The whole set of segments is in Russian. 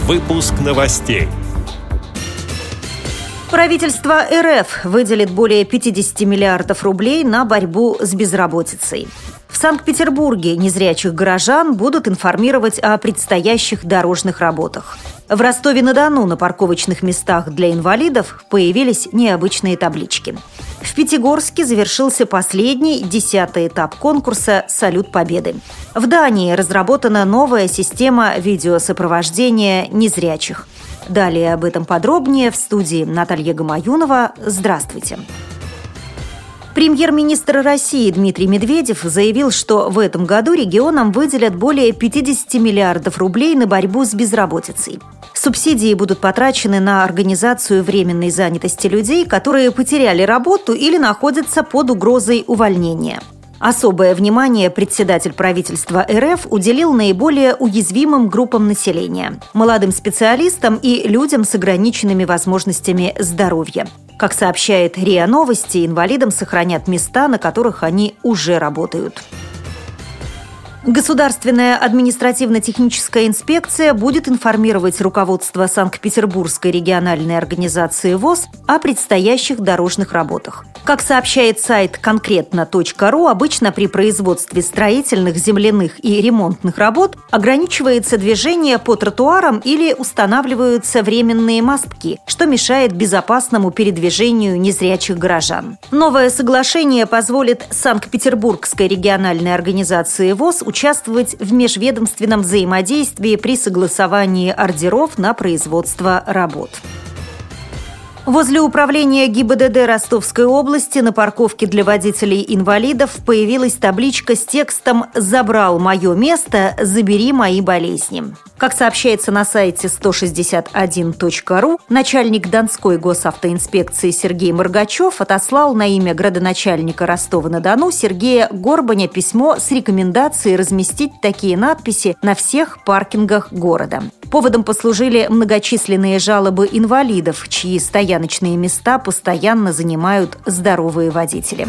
Выпуск новостей. Правительство РФ выделит более 50 миллиардов рублей на борьбу с безработицей. В Санкт-Петербурге незрячих горожан будут информировать о предстоящих дорожных работах. В Ростове-на-Дону на парковочных местах для инвалидов появились необычные таблички. В Пятигорске завершился последний, 10-й этап конкурса «Салют Победы». В Дании разработана новая система видеосопровождения незрячих. Далее об этом подробнее в студии Наталья Гамаюнова. Здравствуйте. Премьер-министр России Дмитрий Медведев заявил, что в этом году регионам выделят более 50 миллиардов рублей на борьбу с безработицей. Субсидии будут потрачены на организацию временной занятости людей, которые потеряли работу или находятся под угрозой увольнения. Особое внимание председатель правительства РФ уделил наиболее уязвимым группам населения – молодым специалистам и людям с ограниченными возможностями здоровья. Как сообщает РИА Новости, инвалидам сохранят места, на которых они уже работают. Государственная административно-техническая инспекция будет информировать руководство Санкт-Петербургской региональной организации ВОС о предстоящих дорожных работах. Как сообщает сайт конкретно.ру, обычно при производстве строительных, земляных и ремонтных работ ограничивается движение по тротуарам или устанавливаются временные мостки, что мешает безопасному передвижению незрячих горожан. Новое соглашение позволит Санкт-Петербургской региональной организации ВОС участвовать в межведомственном взаимодействии при согласовании ордеров на производство работ. Возле управления ГИБДД Ростовской области на парковке для водителей-инвалидов появилась табличка с текстом «Забрал мое место, забери мои болезни». Как сообщается на сайте 161.ru, начальник Донской госавтоинспекции Сергей Моргачев отослал на имя градоначальника Ростова-на-Дону Сергея Горбаня письмо с рекомендацией разместить такие надписи на всех паркингах города. Поводом послужили многочисленные жалобы инвалидов, чьи стояночные места постоянно занимают здоровые водители.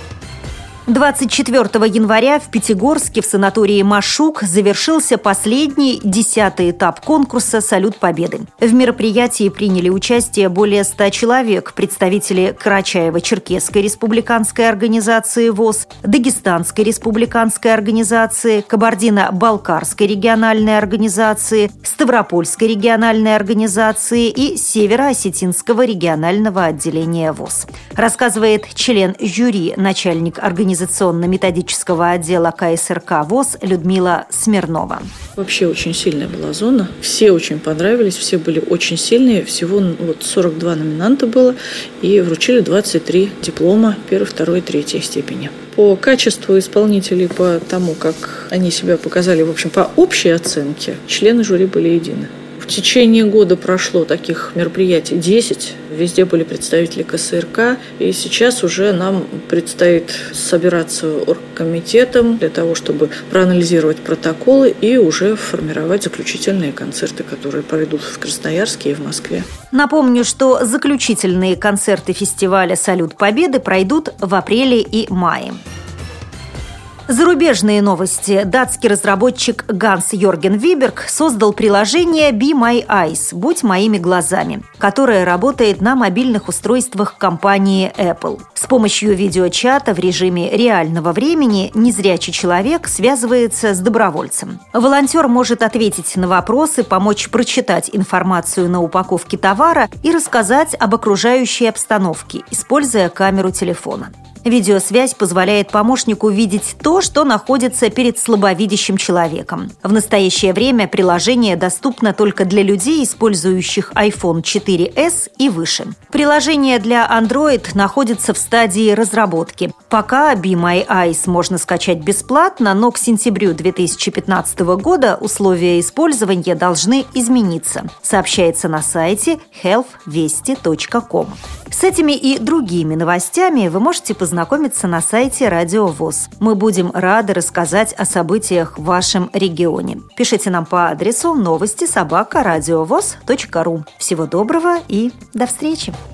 24 января в Пятигорске в санатории «Машук» завершился последний, 10-й этап конкурса «Салют Победы». В мероприятии приняли участие более 100 человек, представители Карачаево-Черкесской республиканской организации ВОС, Дагестанской республиканской организации, Кабардино-Балкарской региональной организации, Ставропольской региональной организации и Северо-Осетинского регионального отделения ВОС. Рассказывает член жюри, начальник организационно-методического отдела КСРК ВОС Людмила Смирнова. Вообще очень сильная была зона. Все очень понравились, все были очень сильные. Всего 42 номинанта было и вручили 23 диплома 1, 2 и 3 степени. По качеству исполнителей, по тому, как они себя показали, в общем, по общей оценке, члены жюри были едины. В течение года прошло таких мероприятий 10. Везде были представители КСРК. И сейчас уже нам предстоит собираться оргкомитетом для того, чтобы проанализировать протоколы и уже формировать заключительные концерты, которые пройдут в Красноярске и в Москве. Напомню, что заключительные концерты фестиваля «Салют Победы» пройдут в апреле и мае. Зарубежные новости. Датский разработчик Ганс Йорген Виберг создал приложение «Be My Eyes» – «Будь моими глазами», которое работает на мобильных устройствах компании Apple. С помощью видеочата в режиме реального времени незрячий человек связывается с добровольцем. Волонтер может ответить на вопросы, помочь прочитать информацию на упаковке товара и рассказать об окружающей обстановке, используя камеру телефона. Видеосвязь позволяет помощнику видеть то, что находится перед слабовидящим человеком. В настоящее время приложение доступно только для людей, использующих iPhone 4S и выше. Приложение для Android находится в стадии разработки. Пока Be My Eyes можно скачать бесплатно, но к сентябрю 2015 года условия использования должны измениться, сообщается на сайте healthvesti.com. С этими и другими новостями вы можете познакомиться на сайте Радио ВОС. Мы будем рады рассказать о событиях в вашем регионе. Пишите нам по адресу новости@радиовос.ру. Всего доброго и до встречи!